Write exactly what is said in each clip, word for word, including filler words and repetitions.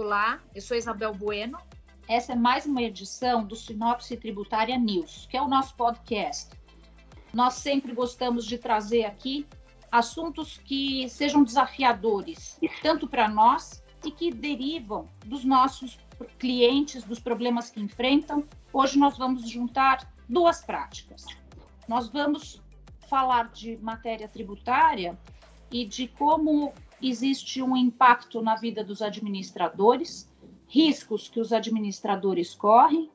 Olá, eu sou Isabel Bueno. Essa é mais uma edição do Sinopse Tributária News, que é o nosso podcast. Nós sempre gostamos de trazer aqui assuntos que sejam desafiadores, tanto para nós e que derivam dos nossos clientes, dos problemas que enfrentam. Hoje nós vamos juntar duas práticas. Nós vamos falar de matéria tributária e de como existe um impacto na vida dos administradores, riscos que os administradores correm,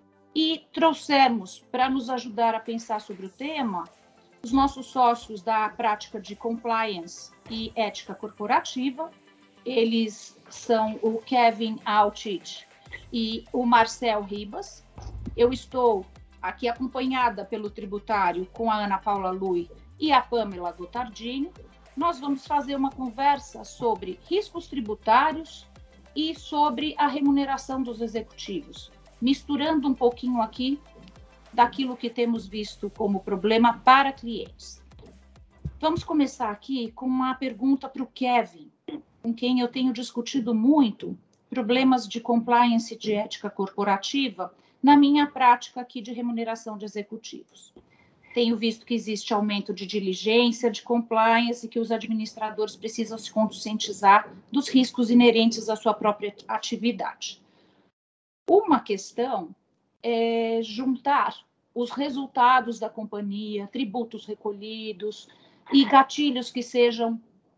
e trouxemos, para nos ajudar a pensar sobre o tema, os nossos sócios da prática de compliance e ética corporativa. Eles são o Kevin Altich e o Marcel Ribas. Eu estou aqui acompanhada pelo tributário com a Ana Paula Lui e a Pamela Gotardini. Nós vamos fazer uma conversa sobre riscos tributários e sobre a remuneração dos executivos, misturando um pouquinho aqui daquilo que temos visto como problema para clientes. Vamos começar aqui com uma pergunta para o Kevin, com quem eu tenho discutido muito problemas de compliance de ética corporativa na minha prática aqui de remuneração de executivos. Tenho visto que existe aumento de diligência, de compliance, e que os administradores precisam se conscientizar dos riscos inerentes à sua própria atividade. Uma questão é juntar os resultados da companhia, tributos recolhidos e gatilhos que sejam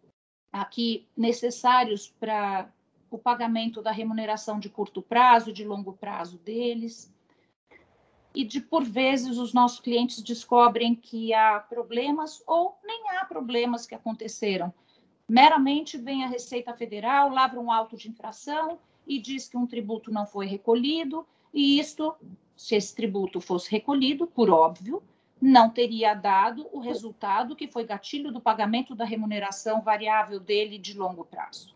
aqui necessários para o pagamento da remuneração de curto prazo e de longo prazo deles. E, de, por vezes, os nossos clientes descobrem que há problemas ou nem há problemas que aconteceram. Meramente vem a Receita Federal, lavra um auto de infração e diz que um tributo não foi recolhido, e isto, se esse tributo fosse recolhido, por óbvio, não teria dado o resultado que foi gatilho do pagamento da remuneração variável dele de longo prazo.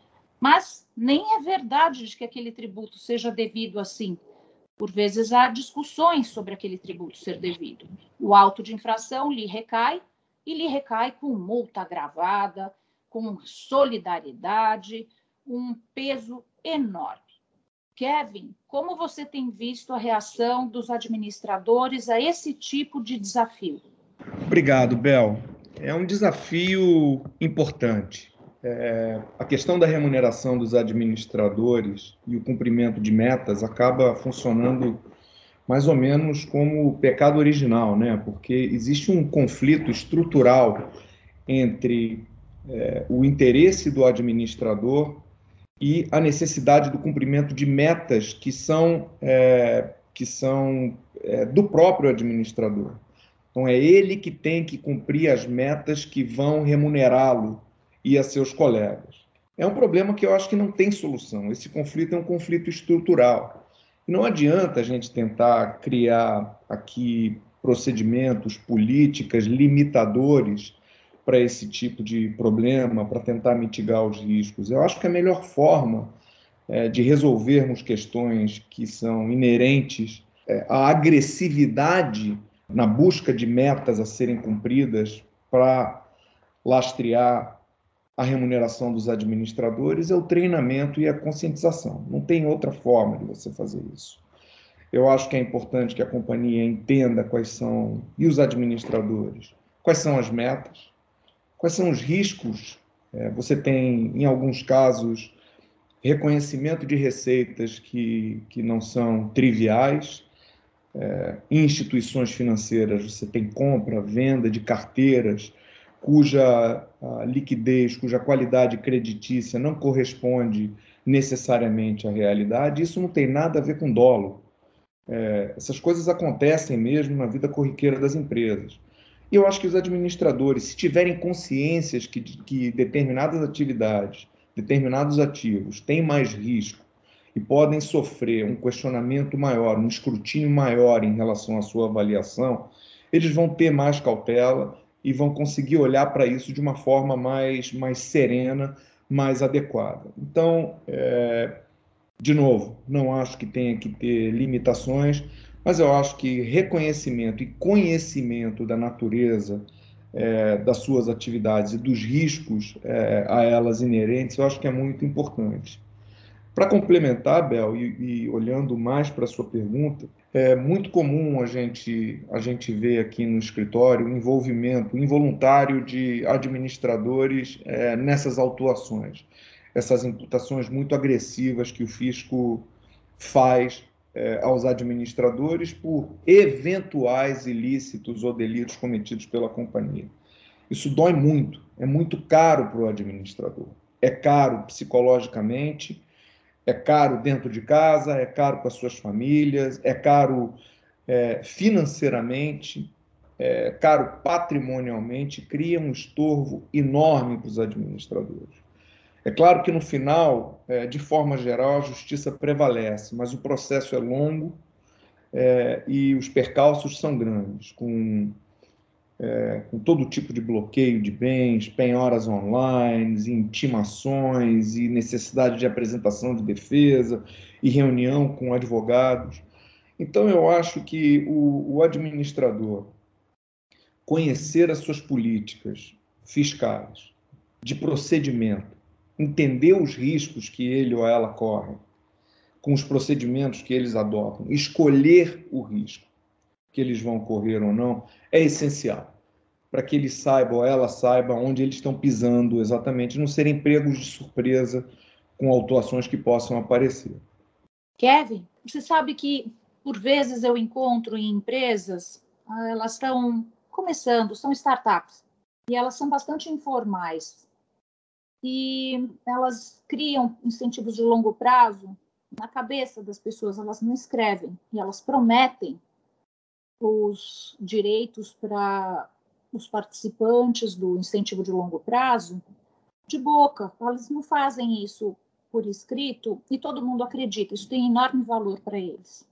Mas nem é verdade de que aquele tributo seja devido assim. Por vezes há discussões sobre aquele tributo ser devido. O auto de infração lhe recai, e lhe recai com multa agravada, com solidariedade, um peso enorme. Kevin, como você tem visto a reação dos administradores a esse tipo de desafio? Obrigado, Bel. É um desafio importante. É, a questão da remuneração dos administradores e o cumprimento de metas acaba funcionando mais ou menos como o pecado original, né? Porque existe um conflito estrutural entre é, o interesse do administrador e a necessidade do cumprimento de metas que são, é, que são é, do próprio administrador. Então, é ele que tem que cumprir as metas que vão remunerá-lo e a seus colegas. É um problema que eu acho que não tem solução. Esse conflito é um conflito estrutural. E não adianta a gente tentar criar aqui procedimentos, políticas, limitadores para esse tipo de problema, para tentar mitigar os riscos. Eu acho que a melhor forma é, de resolvermos questões que são inerentes é, à agressividade na busca de metas a serem cumpridas para lastrear a remuneração dos administradores é o treinamento e a conscientização. Não tem outra forma de você fazer isso. Eu acho que é importante que a companhia entenda quais são, e os administradores, quais são as metas, quais são os riscos. É, você tem, em alguns casos, reconhecimento de receitas que, que não são triviais. É, em instituições financeiras, você tem compra, venda de carteiras, cuja liquidez, cuja qualidade creditícia não corresponde necessariamente à realidade. Isso não tem nada a ver com dolo. É, essas coisas acontecem mesmo na vida corriqueira das empresas. E eu acho que os administradores, se tiverem consciências que, que determinadas atividades, determinados ativos têm mais risco e podem sofrer um questionamento maior, um escrutínio maior em relação à sua avaliação, eles vão ter mais cautela e vão conseguir olhar para isso de uma forma mais, mais serena, mais adequada. Então, é, de novo, não acho que tenha que ter limitações, mas eu acho que reconhecimento e conhecimento da natureza é, das suas atividades e dos riscos é, a elas inerentes, eu acho que é muito importante. Para complementar, Bel, e, e olhando mais para a sua pergunta, é muito comum a gente, a gente ver aqui no escritório o envolvimento involuntário de administradores é, nessas autuações, essas imputações muito agressivas que o fisco faz é, aos administradores por eventuais ilícitos ou delitos cometidos pela companhia. Isso dói muito, é muito caro para o administrador. É caro psicologicamente, é caro dentro de casa, é caro para suas famílias, é caro é, financeiramente, é caro patrimonialmente, cria um estorvo enorme para os administradores. É claro que no final, é, de forma geral, a justiça prevalece, mas o processo é longo é, e os percalços são grandes, com com todo tipo de bloqueio de bens, penhoras online, intimações e necessidade de apresentação de defesa e reunião com advogados. Então, eu acho que o, o administrador conhecer as suas políticas fiscais, de procedimento, entender os riscos que ele ou ela corre, com os procedimentos que eles adotam, escolher o risco que eles vão correr ou não, é essencial para que eles saibam, ou ela saiba, onde eles estão pisando exatamente, não serem pegos de surpresa com autuações que possam aparecer. Kevin, você sabe que, por vezes, eu encontro em empresas, elas estão começando, são startups, e elas são bastante informais. E elas criam incentivos de longo prazo na cabeça das pessoas, elas não escrevem, e elas prometem os direitos para os participantes do incentivo de longo prazo de boca. Eles não fazem isso por escrito e todo mundo acredita. Isso tem enorme valor para eles.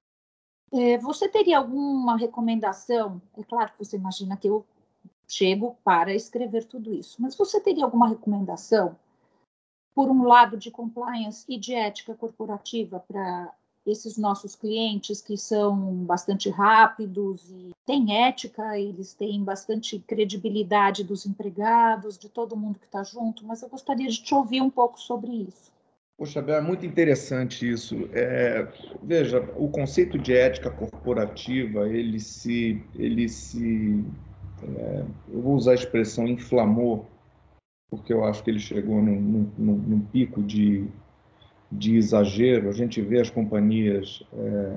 É, você teria alguma recomendação? É claro que você imagina que eu chego para escrever tudo isso, mas você teria alguma recomendação, por um lado, de compliance e de ética corporativa para esses nossos clientes que são bastante rápidos e têm ética, eles têm bastante credibilidade dos empregados, de todo mundo que está junto, mas eu gostaria de te ouvir um pouco sobre isso. Poxa, Bel, é muito interessante isso. É, veja, o conceito de ética corporativa, ele se, ele se é, eu vou usar a expressão inflamou, porque eu acho que ele chegou num, num, num pico de, de exagero. A gente vê as companhias é,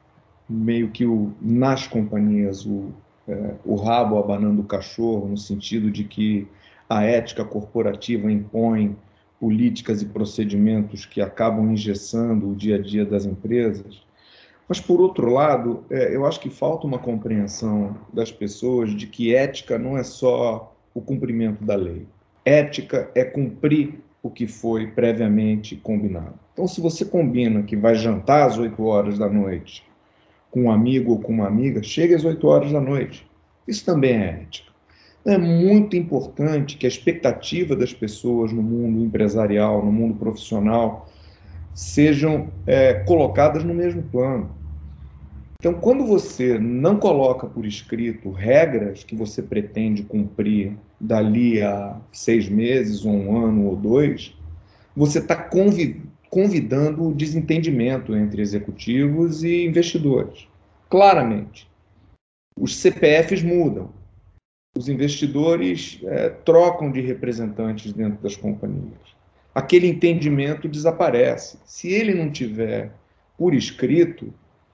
meio que o, nas companhias o, é, o rabo abanando o cachorro, no sentido de que a ética corporativa impõe políticas e procedimentos que acabam engessando o dia a dia das empresas. Mas, por outro lado, é, eu acho que falta uma compreensão das pessoas de que ética não é só o cumprimento da lei. Ética é cumprir o que foi previamente combinado. Então, se você combina que vai jantar às oito horas da noite com um amigo ou com uma amiga, chega às oito horas da noite. Isso também é ética. É muito importante que a expectativa das pessoas no mundo empresarial, no mundo profissional, sejam é, colocadas no mesmo plano. Então, quando você não coloca por escrito regras que você pretende cumprir dali a seis meses, ou um ano ou dois, você está convidando o desentendimento entre executivos e investidores. Claramente. Os C P Fs mudam. Os investidores é, trocam de representantes dentro das companhias. Aquele entendimento desaparece. Se ele não tiver por escrito,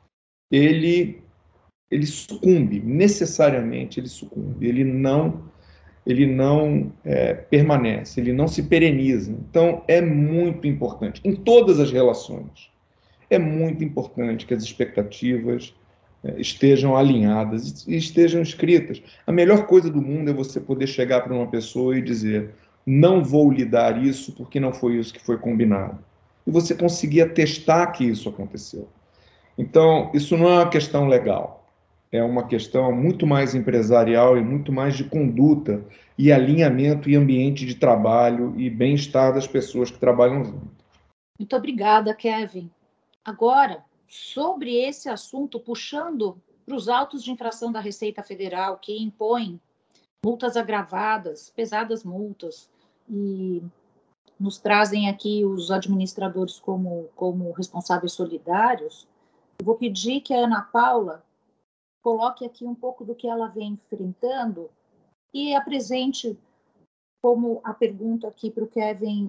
ele, ele sucumbe, necessariamente ele sucumbe. Ele não, ele não é, permanece, ele não se pereniza. Então, é muito importante, em todas as relações, é muito importante que as expectativas estejam alinhadas e estejam escritas. A melhor coisa do mundo é você poder chegar para uma pessoa e dizer: não vou lhe dar isso porque não foi isso que foi combinado. E você conseguir atestar que isso aconteceu. Então, isso não é uma questão legal. É uma questão muito mais empresarial e muito mais de conduta e alinhamento e ambiente de trabalho e bem-estar das pessoas que trabalham junto. Muito obrigada, Kevin. Agora, sobre esse assunto, puxando para os autos de infração da Receita Federal, que impõem multas agravadas, pesadas multas, e nos trazem aqui os administradores como, como responsáveis solidários, eu vou pedir que a Ana Paula coloque aqui um pouco do que ela vem enfrentando e apresente como a pergunta aqui para o Kevin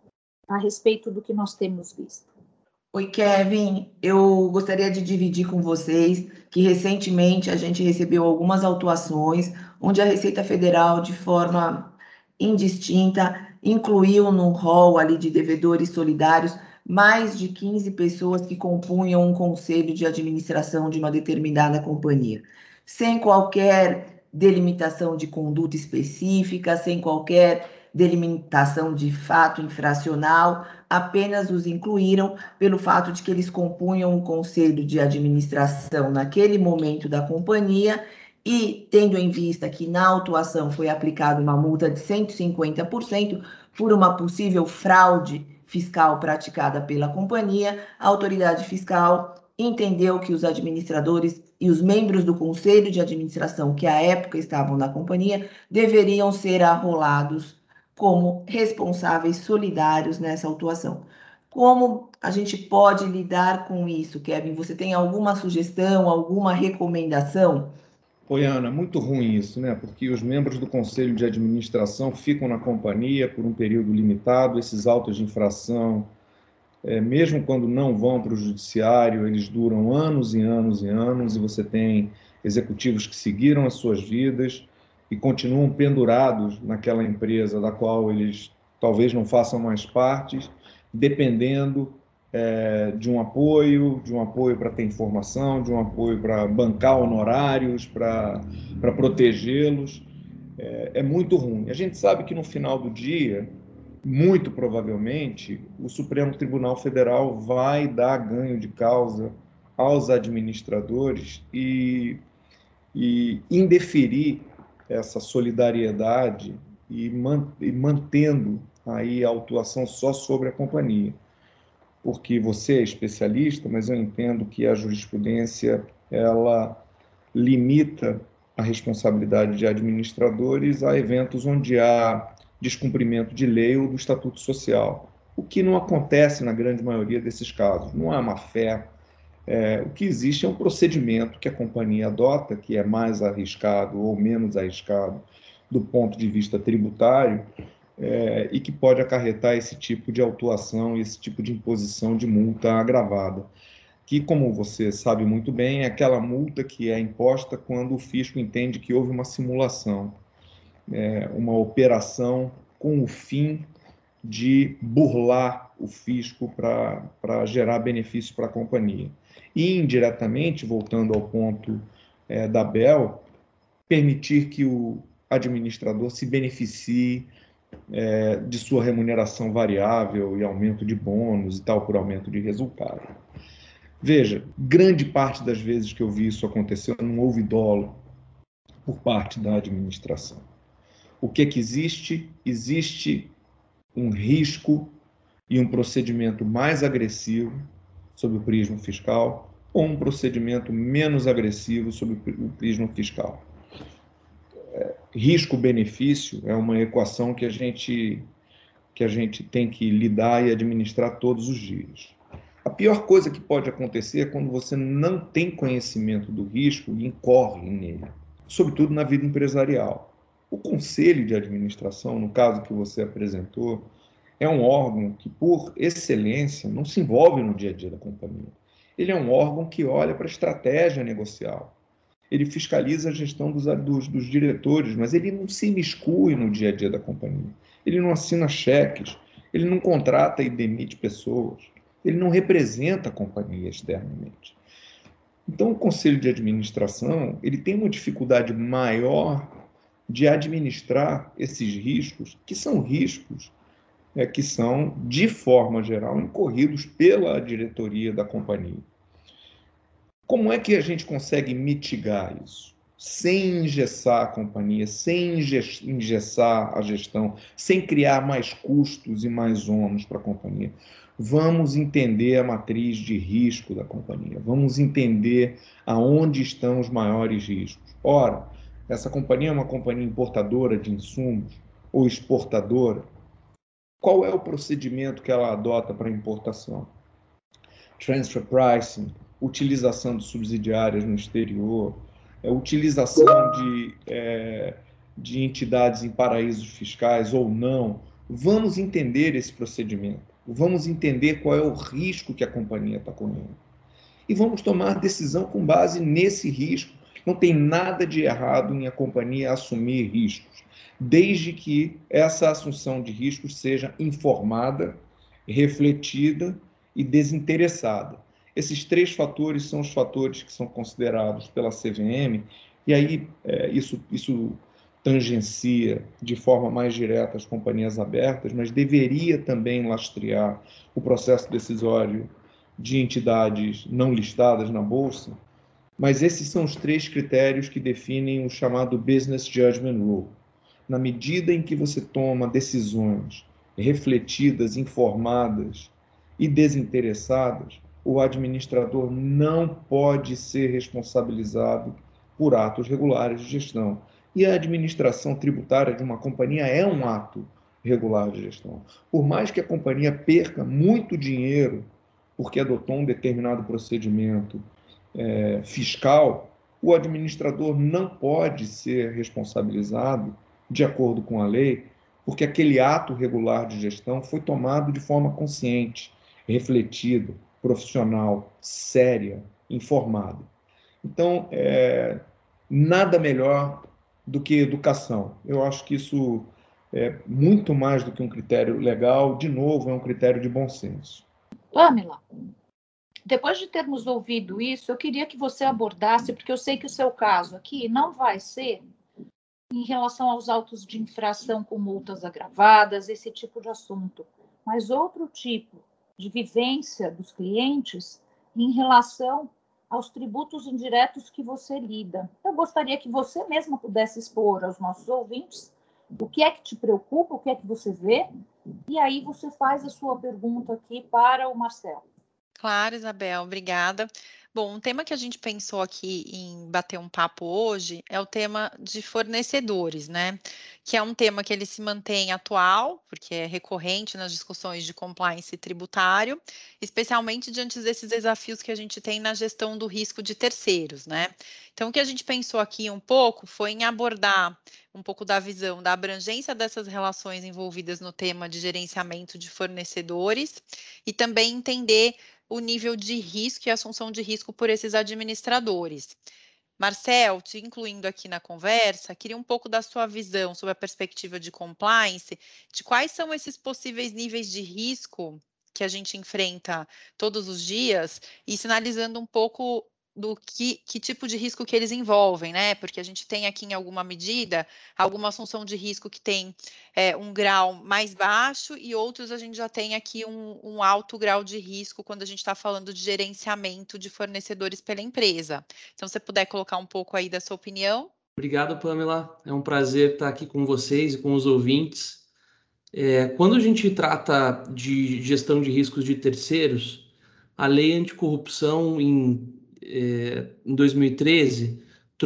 a respeito do que nós temos visto. Oi, Kevin. Eu gostaria de dividir com vocês que recentemente a gente recebeu algumas autuações onde a Receita Federal, de forma indistinta, incluiu no rol ali de devedores solidários mais de quinze pessoas que compunham um conselho de administração de uma determinada companhia, sem qualquer delimitação de conduta específica, sem qualquer delimitação de fato infracional, apenas os incluíram pelo fato de que eles compunham o conselho de administração naquele momento da companhia e, tendo em vista que na autuação foi aplicada uma multa de cento e cinquenta por cento por uma possível fraude fiscal praticada pela companhia, a autoridade fiscal entendeu que os administradores e os membros do conselho de administração que à época estavam na companhia deveriam ser arrolados como responsáveis solidários nessa autuação. Como a gente pode lidar com isso, Kevin? Você tem alguma sugestão, alguma recomendação? Oi, Ana, muito ruim isso, né? Porque os membros do conselho de administração ficam na companhia por um período limitado, esses autos de infração, é, mesmo quando não vão para o judiciário, eles duram anos e anos e anos, e você tem executivos que seguiram as suas vidas e continuam pendurados naquela empresa da qual eles talvez não façam mais parte, dependendo é, de um apoio, de um apoio para ter informação, de um apoio para bancar honorários, para para protegê-los. É, é muito ruim. A gente sabe que no final do dia, muito provavelmente, o Supremo Tribunal Federal vai dar ganho de causa aos administradores e, e indeferir essa solidariedade e, man, e mantendo aí a autuação só sobre a companhia. Porque você é especialista, mas eu entendo que a jurisprudência ela limita a responsabilidade de administradores a eventos onde há descumprimento de lei ou do estatuto social, o que não acontece na grande maioria desses casos. Não há má-fé. É, o que existe é um procedimento que a companhia adota, que é mais arriscado ou menos arriscado do ponto de vista tributário, é, e que pode acarretar esse tipo de autuação, esse tipo de imposição de multa agravada, que, como você sabe muito bem, é aquela multa que é imposta quando o fisco entende que houve uma simulação, é, uma operação com o fim de burlar o fisco para gerar benefício para a companhia. E, indiretamente, voltando ao ponto é, da Bel, permitir que o administrador se beneficie é, de sua remuneração variável e aumento de bônus e tal, por aumento de resultado. Veja, grande parte das vezes que eu vi isso acontecer, não houve dolo por parte da administração. O que é que existe? Existe um risco e um procedimento mais agressivo sob o prisma fiscal ou um procedimento menos agressivo sob o prisma fiscal. É, risco-benefício é uma equação que a gente, que a gente tem que lidar e administrar todos os dias. A pior coisa que pode acontecer é quando você não tem conhecimento do risco e incorre nele, sobretudo na vida empresarial. O conselho de administração, no caso que você apresentou, é um órgão que, por excelência, não se envolve no dia a dia da companhia. Ele é um órgão que olha para a estratégia negocial. Ele fiscaliza a gestão dos, dos, dos diretores, mas ele não se imiscui no dia a dia da companhia. Ele não assina cheques, ele não contrata e demite pessoas, ele não representa a companhia externamente. Então, o conselho de administração ele tem uma dificuldade maior de administrar esses riscos, que são riscos é, que são, de forma geral, incorridos pela diretoria da companhia. Como é que a gente consegue mitigar isso? Sem engessar a companhia, sem engessar a gestão, sem criar mais custos e mais ônus para a companhia. Vamos entender a matriz de risco da companhia, vamos entender aonde estão os maiores riscos. Ora, essa companhia é uma companhia importadora de insumos ou exportadora? qual é o procedimento que ela adota para importação? Transfer pricing, utilização de subsidiárias no exterior, é, utilização de, é, de entidades em paraísos fiscais ou não. Vamos entender esse procedimento, vamos entender qual é o risco que a companhia está correndo. E vamos tomar decisão com base nesse risco. Não tem nada de errado em a companhia assumir riscos, desde que essa assunção de riscos seja informada, refletida e desinteressada. Esses três fatores são os fatores que são considerados pela C V M, e aí é, isso, isso tangencia de forma mais direta as companhias abertas, mas deveria também lastrear o processo decisório de entidades não listadas na Bolsa, mas esses são os três critérios que definem o chamado Business Judgment Rule. Na medida em que você toma decisões refletidas, informadas e desinteressadas, o administrador não pode ser responsabilizado por atos regulares de gestão. E a administração tributária de uma companhia é um ato regular de gestão. Por mais que a companhia perca muito dinheiro porque adotou um determinado procedimento é, fiscal, o administrador não pode ser responsabilizado de acordo com a lei, porque aquele ato regular de gestão foi tomado de forma consciente, refletida, profissional, séria, informada. Então, é, nada melhor do que educação. Eu acho que isso é muito mais do que um critério legal, de novo, é um critério de bom senso. Pamela, depois de termos ouvido isso, eu queria que você abordasse, porque eu sei que o seu caso aqui não vai ser em relação aos autos de infração com multas agravadas, esse tipo de assunto, mas outro tipo de vivência dos clientes em relação aos tributos indiretos que você lida. Eu gostaria que você mesma pudesse expor aos nossos ouvintes o que é que te preocupa, o que é que você vê, e aí você faz a sua pergunta aqui para o Marcelo. Claro, Isabel, obrigada. Bom, um tema que a gente pensou aqui em bater um papo hoje é o tema de fornecedores, né? Que é um tema que ele se mantém atual, porque é recorrente nas discussões de compliance tributário, especialmente diante desses desafios que a gente tem na gestão do risco de terceiros, né? Então, o que a gente pensou aqui um pouco foi em abordar um pouco da visão da abrangência dessas relações envolvidas no tema de gerenciamento de fornecedores e também entender o nível de risco e assunção de risco por esses administradores. Marcel, te incluindo aqui na conversa, queria um pouco da sua visão sobre a perspectiva de compliance, de quais são esses possíveis níveis de risco que a gente enfrenta todos os dias e sinalizando um pouco do que, que tipo de risco que eles envolvem, né? Porque a gente tem aqui, em alguma medida, alguma assunção de risco que tem é, um grau mais baixo e outros a gente já tem aqui um, um alto grau de risco quando a gente está falando de gerenciamento de fornecedores pela empresa. Então, se você puder colocar um pouco aí da sua opinião. Obrigado, Pamela. É um prazer estar aqui com vocês e com os ouvintes. É, quando a gente trata de gestão de riscos de terceiros, a lei anticorrupção em, é, em dois mil e treze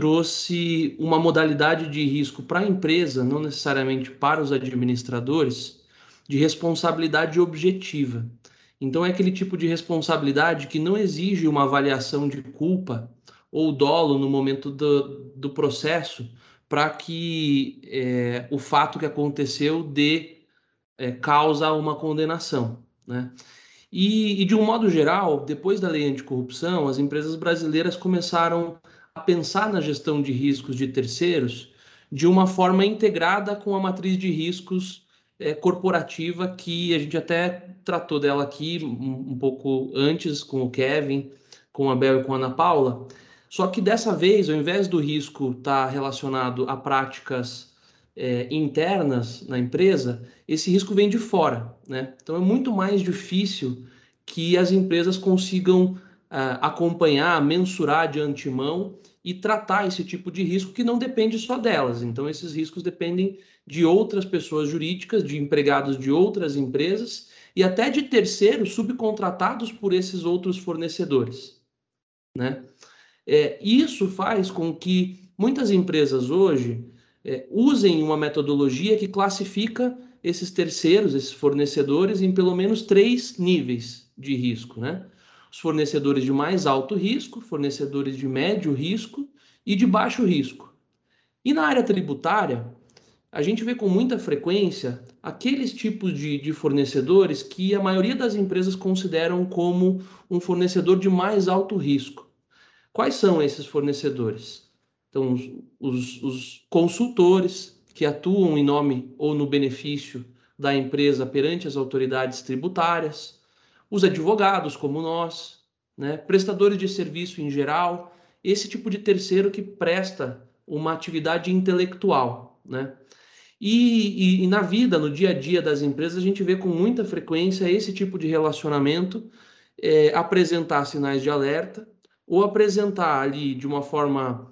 trouxe uma modalidade de risco para a empresa, não necessariamente para os administradores, de responsabilidade objetiva. Então, é aquele tipo de responsabilidade que não exige uma avaliação de culpa ou dolo no momento do, do processo para que é, o fato que aconteceu dê é, causa uma condenação, né? E, e, de um modo geral, depois da lei anticorrupção, as empresas brasileiras começaram a pensar na gestão de riscos de terceiros de uma forma integrada com a matriz de riscos é, corporativa, que a gente até tratou dela aqui um, um pouco antes com o Kevin, com a Bel e com a Ana Paula. Só que dessa vez, ao invés do risco estar relacionado a práticas é, internas na empresa, esse risco vem de fora, né? Então é muito mais difícil que as empresas consigam uh, acompanhar, mensurar de antemão e tratar esse tipo de risco que não depende só delas. Então esses riscos dependem de outras pessoas jurídicas, de empregados de outras empresas e até de terceiros subcontratados por esses outros fornecedores, né? É, isso faz com que muitas empresas hoje é, usem uma metodologia que classifica esses terceiros, esses fornecedores, em pelo menos três níveis de risco, né? Os fornecedores de mais alto risco, fornecedores de médio risco e de baixo risco. E na área tributária, a gente vê com muita frequência aqueles tipos de, de fornecedores que a maioria das empresas consideram como um fornecedor de mais alto risco. Quais são esses fornecedores? Então, os, os, os consultores que atuam em nome ou no benefício da empresa perante as autoridades tributárias, os advogados como nós, né, prestadores de serviço em geral, esse tipo de terceiro que presta uma atividade intelectual, né? E, e, e na vida, no dia a dia das empresas, a gente vê com muita frequência esse tipo de relacionamento é, apresentar sinais de alerta ou apresentar ali de uma forma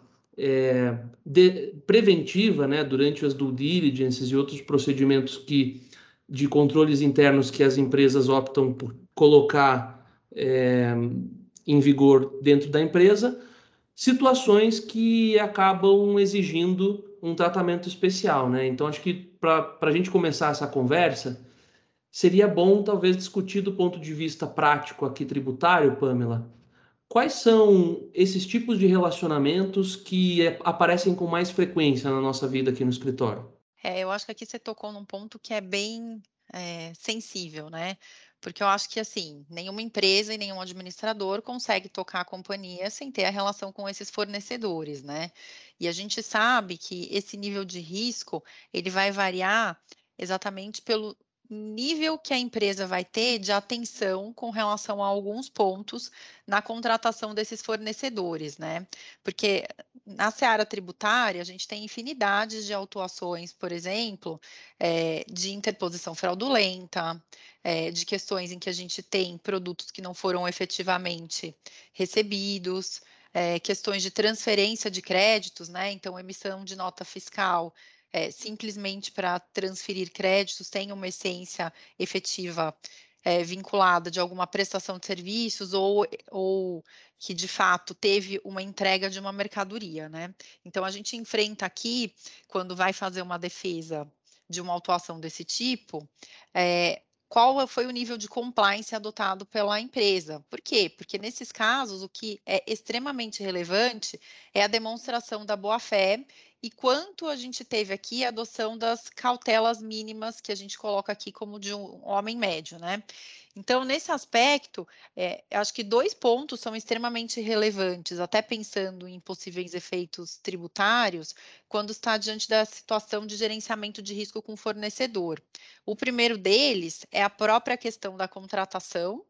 é, de, preventiva, né, durante as due diligences e outros procedimentos que, de controles internos que as empresas optam por colocar é, em vigor dentro da empresa, situações que acabam exigindo um tratamento especial, né? Então, acho que para a gente começar essa conversa, seria bom talvez discutir do ponto de vista prático aqui tributário, Pamela, quais são esses tipos de relacionamentos que é, aparecem com mais frequência na nossa vida aqui no escritório? É, eu acho que aqui você tocou num ponto que é bem é, sensível, né? Porque eu acho que, assim, nenhuma empresa e nenhum administrador consegue tocar a companhia sem ter a relação com esses fornecedores, né? E a gente sabe que esse nível de risco, ele vai variar exatamente pelo nível que a empresa vai ter de atenção com relação a alguns pontos na contratação desses fornecedores, né? Porque na seara tributária, a gente tem infinidades de autuações, por exemplo, é, de interposição fraudulenta, é, de questões em que a gente tem produtos que não foram efetivamente recebidos, é, questões de transferência de créditos, né? Então, emissão de nota fiscal. É, simplesmente para transferir créditos tem uma essência efetiva é, vinculada de alguma prestação de serviços ou, ou que de fato teve uma entrega de uma mercadoria, né? Então a gente enfrenta aqui, quando vai fazer uma defesa de uma autuação desse tipo, é, qual foi o nível de compliance adotado pela empresa. Por quê? Porque nesses casos o que é extremamente relevante é a demonstração da boa-fé e quanto a gente teve aqui a adoção das cautelas mínimas que a gente coloca aqui como de um homem médio, né? Então, nesse aspecto, é, acho que dois pontos são extremamente relevantes, até pensando em possíveis efeitos tributários, quando está diante da situação de gerenciamento de risco com o fornecedor. O primeiro deles é a própria questão da contratação,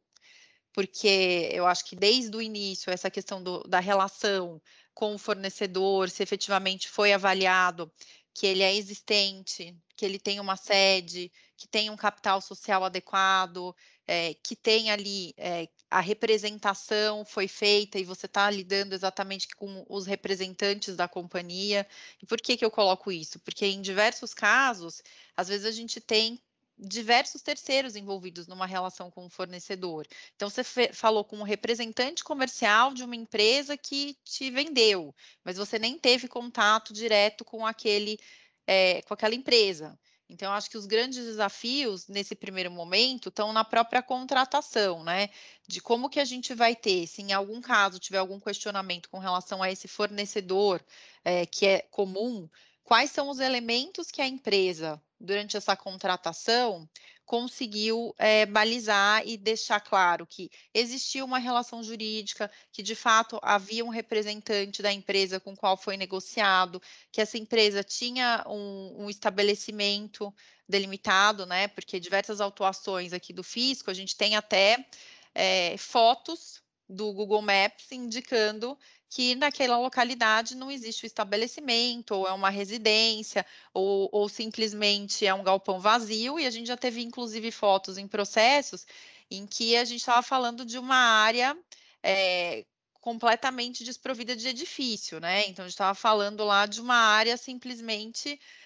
porque eu acho que desde o início, essa questão do, da relação com o fornecedor, se efetivamente foi avaliado que ele é existente, que ele tem uma sede, que tem um capital social adequado, é, que tem ali é, a representação foi feita e você está lidando exatamente com os representantes da companhia. E por que que eu coloco isso? Porque em diversos casos, às vezes a gente tem diversos terceiros envolvidos numa relação com o fornecedor. Então, você falou com um representante comercial de uma empresa que te vendeu, mas você nem teve contato direto com aquele, é, com aquela empresa. Então, eu acho que os grandes desafios nesse primeiro momento estão na própria contratação, né? De como que a gente vai ter, se em algum caso tiver algum questionamento com relação a esse fornecedor, é, que é comum, quais são os elementos que a empresa, durante essa contratação, conseguiu é, balizar e deixar claro que existia uma relação jurídica, que de fato havia um representante da empresa com o qual foi negociado, que essa empresa tinha um, um estabelecimento delimitado, né? Porque diversas autuações aqui do fisco, a gente tem até é, fotos do Google Maps indicando que naquela localidade não existe o estabelecimento, ou é uma residência, ou, ou simplesmente é um galpão vazio, e a gente já teve, inclusive, fotos em processos em que a gente estava falando de uma área é, completamente desprovida de edifício, né? Então, a gente estava falando lá de uma área simplesmente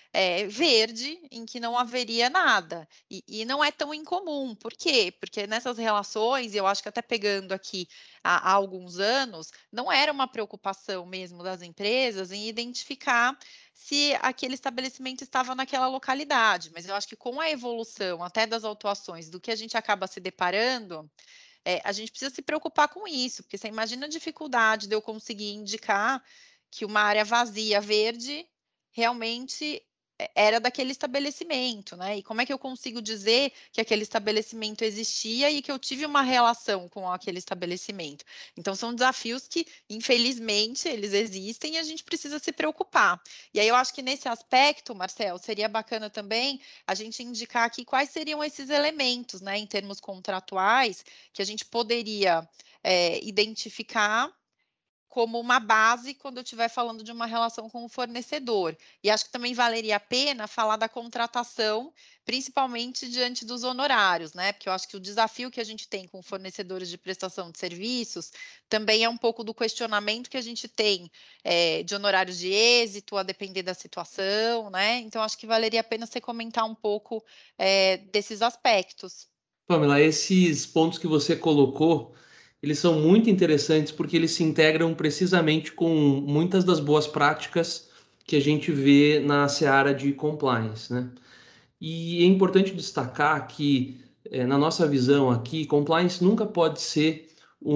é, verde, em que não haveria nada. E, e não é tão incomum. Por quê? Porque nessas relações, eu acho que até pegando aqui há, há alguns anos, não era uma preocupação mesmo das empresas em identificar se aquele estabelecimento estava naquela localidade. Mas eu acho que com a evolução até das autuações, do que a gente acaba se deparando, é, a gente precisa se preocupar com isso, porque você imagina a dificuldade de eu conseguir indicar que uma área vazia, verde, realmente era daquele estabelecimento, né? E como é que eu consigo dizer que aquele estabelecimento existia e que eu tive uma relação com aquele estabelecimento? Então, são desafios que, infelizmente, eles existem e a gente precisa se preocupar. E aí, eu acho que nesse aspecto, Marcel, seria bacana também a gente indicar aqui quais seriam esses elementos, né, em termos contratuais, que a gente poderia é, identificar como uma base quando eu estiver falando de uma relação com o fornecedor. E acho que também valeria a pena falar da contratação, principalmente diante dos honorários, né? Porque eu acho que o desafio que a gente tem com fornecedores de prestação de serviços também é um pouco do questionamento que a gente tem é, de honorários de êxito, a depender da situação, né? Então, acho que valeria a pena você comentar um pouco é, desses aspectos. Pamela, esses pontos que você colocou, eles são muito interessantes porque eles se integram precisamente com muitas das boas práticas que a gente vê na seara de compliance, né? E é importante destacar que, é, na nossa visão aqui, compliance nunca pode ser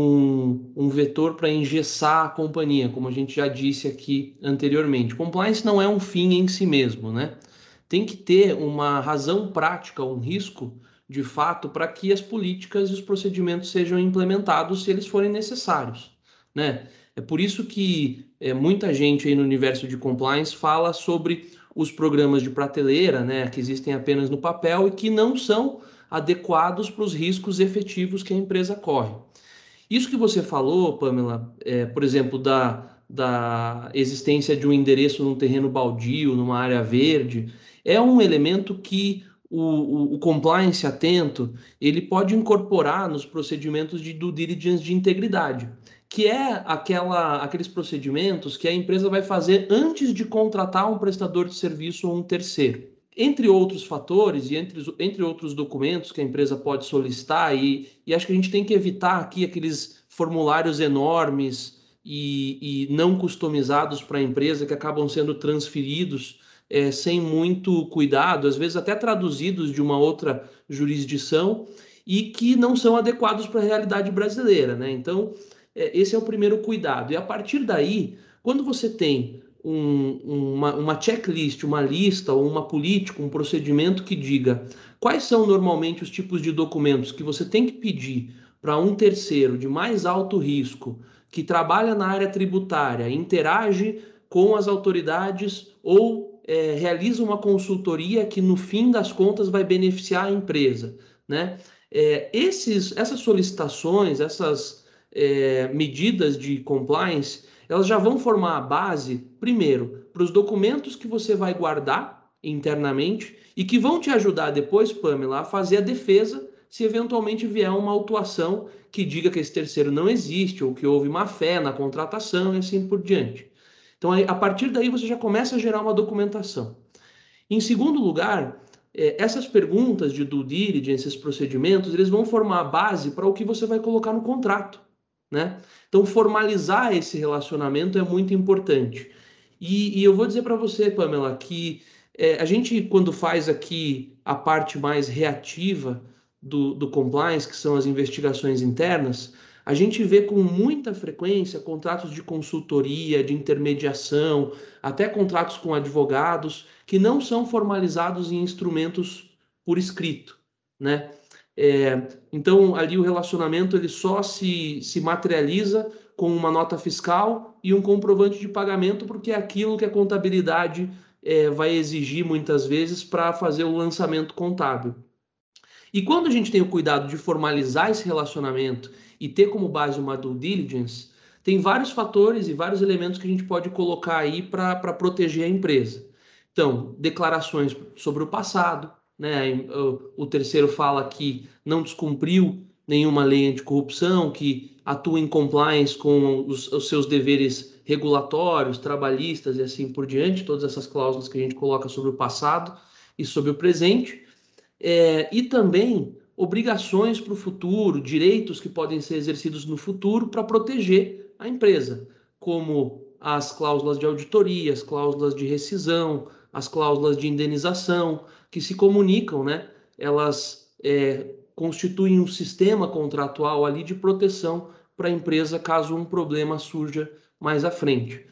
um, um vetor para engessar a companhia, como a gente já disse aqui anteriormente. Compliance não é um fim em si mesmo, né? Tem que ter uma razão prática, um risco de fato, para que as políticas e os procedimentos sejam implementados se eles forem necessários, né? É por isso que é, muita gente aí no universo de compliance fala sobre os programas de prateleira, né, que existem apenas no papel e que não são adequados para os riscos efetivos que a empresa corre. Isso que você falou, Pamela, é, por exemplo, da, da existência de um endereço num terreno baldio, numa área verde, é um elemento que o, o, o compliance atento ele pode incorporar nos procedimentos de due diligence de integridade, que é aquela, aqueles procedimentos que a empresa vai fazer antes de contratar um prestador de serviço ou um terceiro. Entre outros fatores e entre, entre outros documentos que a empresa pode solicitar, e, e acho que a gente tem que evitar aqui aqueles formulários enormes e, e não customizados para a empresa que acabam sendo transferidos é, sem muito cuidado, às vezes até traduzidos de uma outra jurisdição e que não são adequados para a realidade brasileira, né? Então, é, esse é o primeiro cuidado. E a partir daí, quando você tem um, uma, uma checklist, uma lista ou uma política, um procedimento que diga quais são normalmente os tipos de documentos que você tem que pedir para um terceiro de mais alto risco que trabalha na área tributária, interage com as autoridades ou é, realiza uma consultoria que no fim das contas vai beneficiar a empresa, né? É, esses, essas solicitações, essas é, medidas de compliance, elas já vão formar a base, primeiro, para os documentos que você vai guardar internamente e que vão te ajudar depois, Pamela, a fazer a defesa se eventualmente vier uma autuação que diga que esse terceiro não existe ou que houve má fé na contratação e assim por diante. Então, a partir daí, você já começa a gerar uma documentação. Em segundo lugar, essas perguntas de due diligence, esses procedimentos, eles vão formar a base para o que você vai colocar no contrato, né? Então, formalizar esse relacionamento é muito importante. E, e eu vou dizer para você, Pamela, que é, a gente, quando faz aqui a parte mais reativa do, do compliance, que são as investigações internas, a gente vê com muita frequência contratos de consultoria, de intermediação, até contratos com advogados, que não são formalizados em instrumentos por escrito, né? É, então, ali o relacionamento ele só se, se materializa com uma nota fiscal e um comprovante de pagamento, porque é aquilo que a contabilidade é, vai exigir muitas vezes para fazer o lançamento contábil. E quando a gente tem o cuidado de formalizar esse relacionamento e ter como base uma due diligence, tem vários fatores e vários elementos que a gente pode colocar aí para proteger a empresa. Então, declarações sobre o passado, né? O, o terceiro fala que não descumpriu nenhuma lei anticorrupção, que atua em compliance com os, os seus deveres regulatórios, trabalhistas e assim por diante, todas essas cláusulas que a gente coloca sobre o passado e sobre o presente, é, e também obrigações para o futuro, direitos que podem ser exercidos no futuro para proteger a empresa, como as cláusulas de auditoria, as cláusulas de rescisão, as cláusulas de indenização, que se comunicam, né? Elas é, constituem um sistema contratual ali de proteção para a empresa caso um problema surja mais à frente.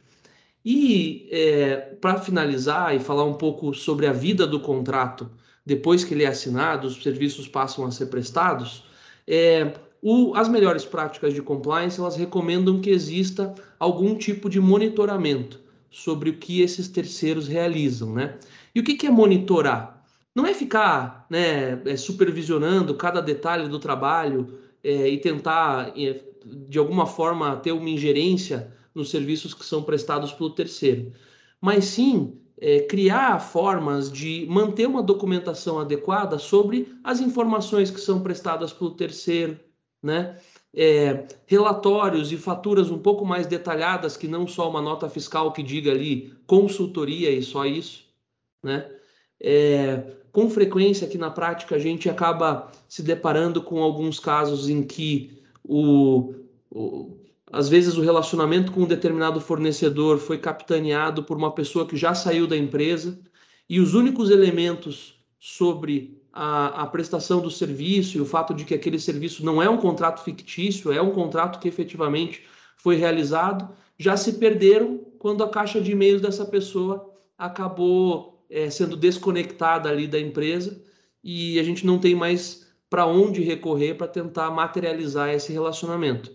E é, para finalizar e falar um pouco sobre a vida do contrato, depois que ele é assinado, os serviços passam a ser prestados, é, o, as melhores práticas de compliance, elas recomendam que exista algum tipo de monitoramento sobre o que esses terceiros realizam, né? E o que, que é monitorar? Não é ficar, né, é, supervisionando cada detalhe do trabalho é, e tentar, é, de alguma forma, ter uma ingerência nos serviços que são prestados pelo terceiro, mas sim é, criar formas de manter uma documentação adequada sobre as informações que são prestadas pelo terceiro, né? É, relatórios e faturas um pouco mais detalhadas que não só uma nota fiscal que diga ali consultoria e só isso, né? É, com frequência aqui na prática a gente acaba se deparando com alguns casos em que o, o às vezes o relacionamento com um determinado fornecedor foi capitaneado por uma pessoa que já saiu da empresa e os únicos elementos sobre a, a prestação do serviço e o fato de que aquele serviço não é um contrato fictício, é um contrato que efetivamente foi realizado, já se perderam quando a caixa de e-mails dessa pessoa acabou é, sendo desconectada ali da empresa e a gente não tem mais para onde recorrer para tentar materializar esse relacionamento.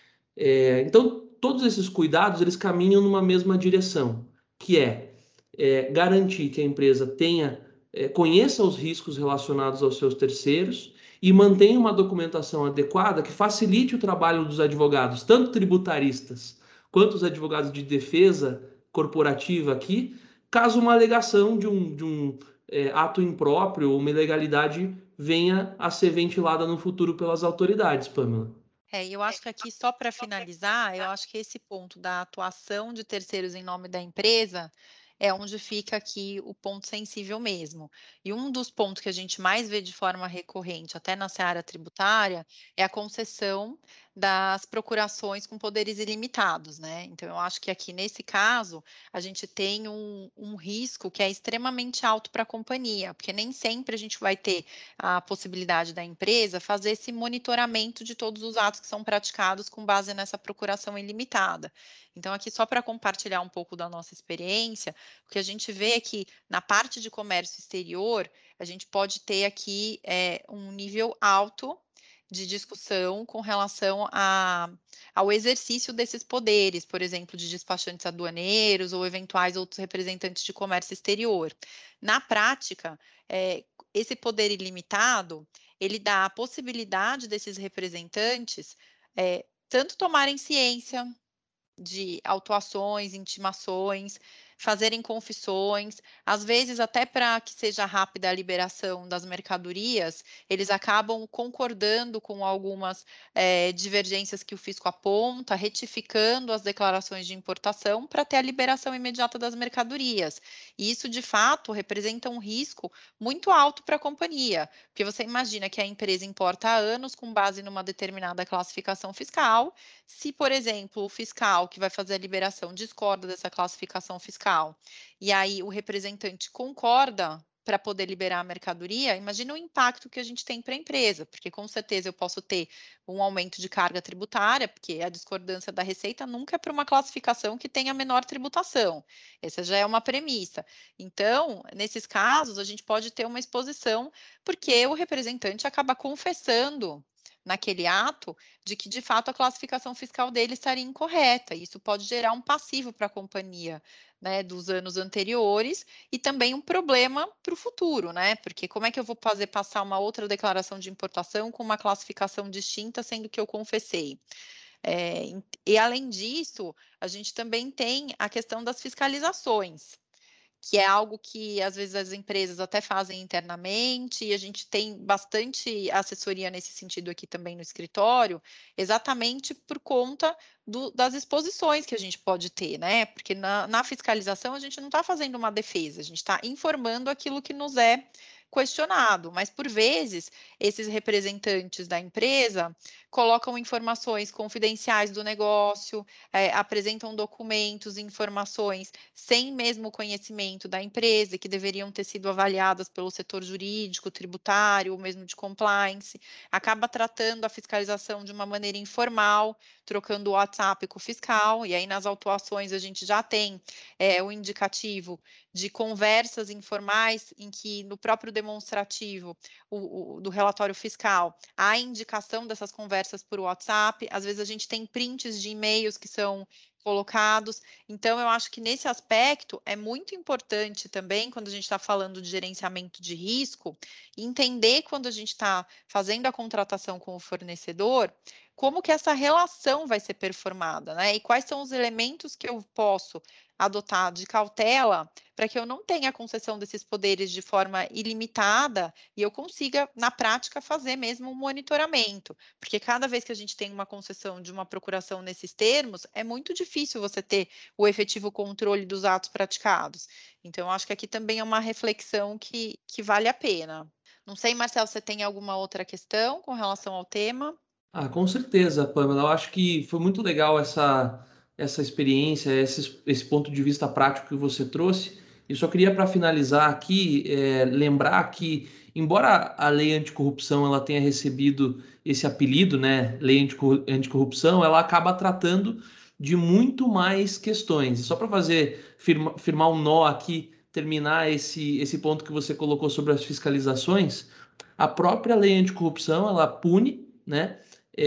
É, então, todos esses cuidados, eles caminham numa mesma direção, que é, é garantir que a empresa tenha, é, conheça os riscos relacionados aos seus terceiros e mantenha uma documentação adequada que facilite o trabalho dos advogados, tanto tributaristas quanto os advogados de defesa corporativa aqui, caso uma alegação de um, de um é, ato impróprio ou uma ilegalidade venha a ser ventilada no futuro pelas autoridades, Pamela. É, e eu acho que aqui, só para finalizar, eu acho que esse ponto da atuação de terceiros em nome da empresa é onde fica aqui o ponto sensível mesmo. E um dos pontos que a gente mais vê de forma recorrente, até na seara tributária, é a concessão das procurações com poderes ilimitados, né? Então, eu acho que aqui, nesse caso, a gente tem um, um risco que é extremamente alto para a companhia, porque nem sempre a gente vai ter a possibilidade da empresa fazer esse monitoramento de todos os atos que são praticados com base nessa procuração ilimitada. Então, aqui, só para compartilhar um pouco da nossa experiência, o que a gente vê é que, na parte de comércio exterior, a gente pode ter aqui é, um nível alto de discussão com relação a, ao exercício desses poderes, por exemplo, de despachantes aduaneiros ou eventuais outros representantes de comércio exterior. Na prática, é, esse poder ilimitado, ele dá a possibilidade desses representantes é, tanto tomarem ciência de autuações, intimações, fazerem confissões, às vezes até para que seja rápida a liberação das mercadorias, eles acabam concordando com algumas é, divergências que o fisco aponta, retificando as declarações de importação para ter a liberação imediata das mercadorias. E isso, de fato, representa um risco muito alto para a companhia, porque você imagina que a empresa importa há anos com base numa determinada classificação fiscal. Se, por exemplo, o fiscal que vai fazer a liberação discorda dessa classificação fiscal, e aí o representante concorda para poder liberar a mercadoria, imagina o impacto que a gente tem para a empresa, porque com certeza eu posso ter um aumento de carga tributária, porque a discordância da receita nunca é para uma classificação que tenha menor tributação. Essa já é uma premissa. Então, nesses casos, a gente pode ter uma exposição, porque o representante acaba confessando naquele ato de que, de fato, a classificação fiscal dele estaria incorreta. Isso pode gerar um passivo para a companhia, né, dos anos anteriores e também um problema para o futuro, né? Porque como é que eu vou fazer passar uma outra declaração de importação com uma classificação distinta, sendo que eu confessei? É, e, além disso, a gente também tem a questão das fiscalizações. que é algo que às vezes as empresas até fazem internamente, e a gente tem bastante assessoria nesse sentido aqui também no escritório, exatamente por conta do, das exposições que a gente pode ter, né? Porque na, na fiscalização a gente não está fazendo uma defesa, a gente está informando aquilo que nos é questionado, mas por vezes esses representantes da empresa colocam informações confidenciais do negócio, é, apresentam documentos, informações sem mesmo conhecimento da empresa, que deveriam ter sido avaliadas pelo setor jurídico, tributário, ou mesmo de compliance, acaba tratando a fiscalização de uma maneira informal, trocando o WhatsApp com o fiscal, e aí nas autuações a gente já tem é, o indicativo de conversas informais em que no próprio demonstrativo o, o, do relatório fiscal há a indicação dessas conversas por WhatsApp, às vezes a gente tem prints de e-mails que são colocados, então eu acho que nesse aspecto é muito importante também, quando a gente está falando de gerenciamento de risco, entender quando a gente está fazendo a contratação com o fornecedor, como que essa relação vai ser performada, né? E quais são os elementos que eu posso adotar de cautela para que eu não tenha a concessão desses poderes de forma ilimitada e eu consiga, na prática, fazer mesmo um monitoramento. Porque cada vez que a gente tem uma concessão de uma procuração nesses termos, é muito difícil você ter o efetivo controle dos atos praticados. Então, eu acho que aqui também é uma reflexão que, que vale a pena. Não sei, Marcelo, você tem alguma outra questão com relação ao tema? Ah, com certeza, Pamela. Eu acho que foi muito legal essa, essa experiência, esse, esse ponto de vista prático que você trouxe. E só queria, para finalizar aqui, é, lembrar que, embora a lei anticorrupção ela tenha recebido esse apelido, né, lei anticorrupção, ela acaba tratando de muito mais questões. E só para fazer firma, firmar um nó aqui, terminar esse, esse ponto que você colocou sobre as fiscalizações, a própria lei anticorrupção ela pune, né,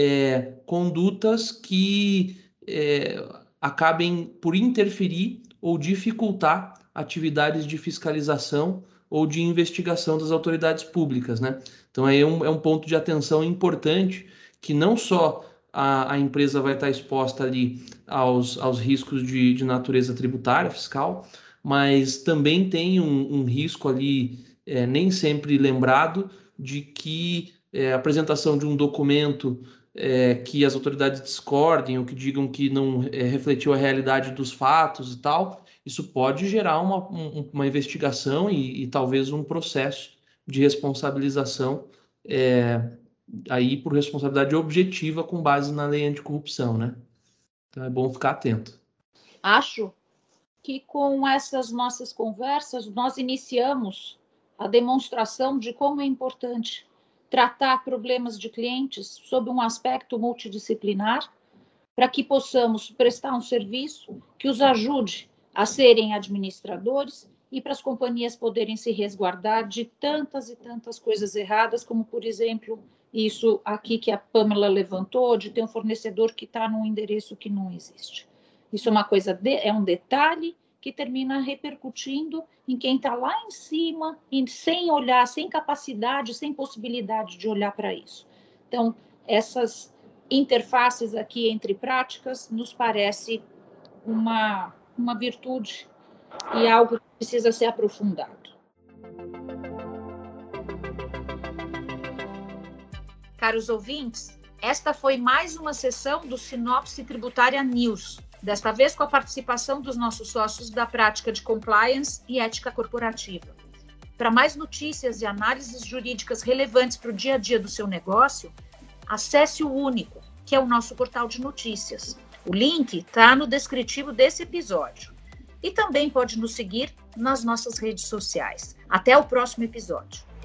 É, condutas que é, acabem por interferir ou dificultar atividades de fiscalização ou de investigação das autoridades públicas, né? Então aí é um, é um ponto de atenção importante que não só a, a empresa vai estar exposta ali aos, aos riscos de, de natureza tributária, fiscal, mas também tem um, um risco ali é, nem sempre lembrado de que é, a apresentação de um documento é, que as autoridades discordem ou que digam que não é, refletiu a realidade dos fatos e tal, isso pode gerar uma, um, uma investigação e, e talvez um processo de responsabilização é, aí por responsabilidade objetiva com base na lei anticorrupção, né? Então é bom ficar atento. Acho que com essas nossas conversas nós iniciamos a demonstração de como é importante tratar problemas de clientes sob um aspecto multidisciplinar, para que possamos prestar um serviço que os ajude a serem administradores e para as companhias poderem se resguardar de tantas e tantas coisas erradas, como, por exemplo, isso aqui que a Pamela levantou, de ter um fornecedor que está num endereço que não existe. Isso é uma coisa, de, é um detalhe que termina repercutindo em quem está lá em cima, e sem olhar, sem capacidade, sem possibilidade de olhar para isso. Então, essas interfaces aqui entre práticas nos parece uma, uma virtude e algo que precisa ser aprofundado. Caros ouvintes, esta foi mais uma sessão do Sinopse Tributária News, desta vez com a participação dos nossos sócios da prática de compliance e ética corporativa. Para mais notícias e análises jurídicas relevantes para o dia a dia do seu negócio, acesse o Único, que é o nosso portal de notícias. O link está no descritivo desse episódio. E também pode nos seguir nas nossas redes sociais. Até o próximo episódio.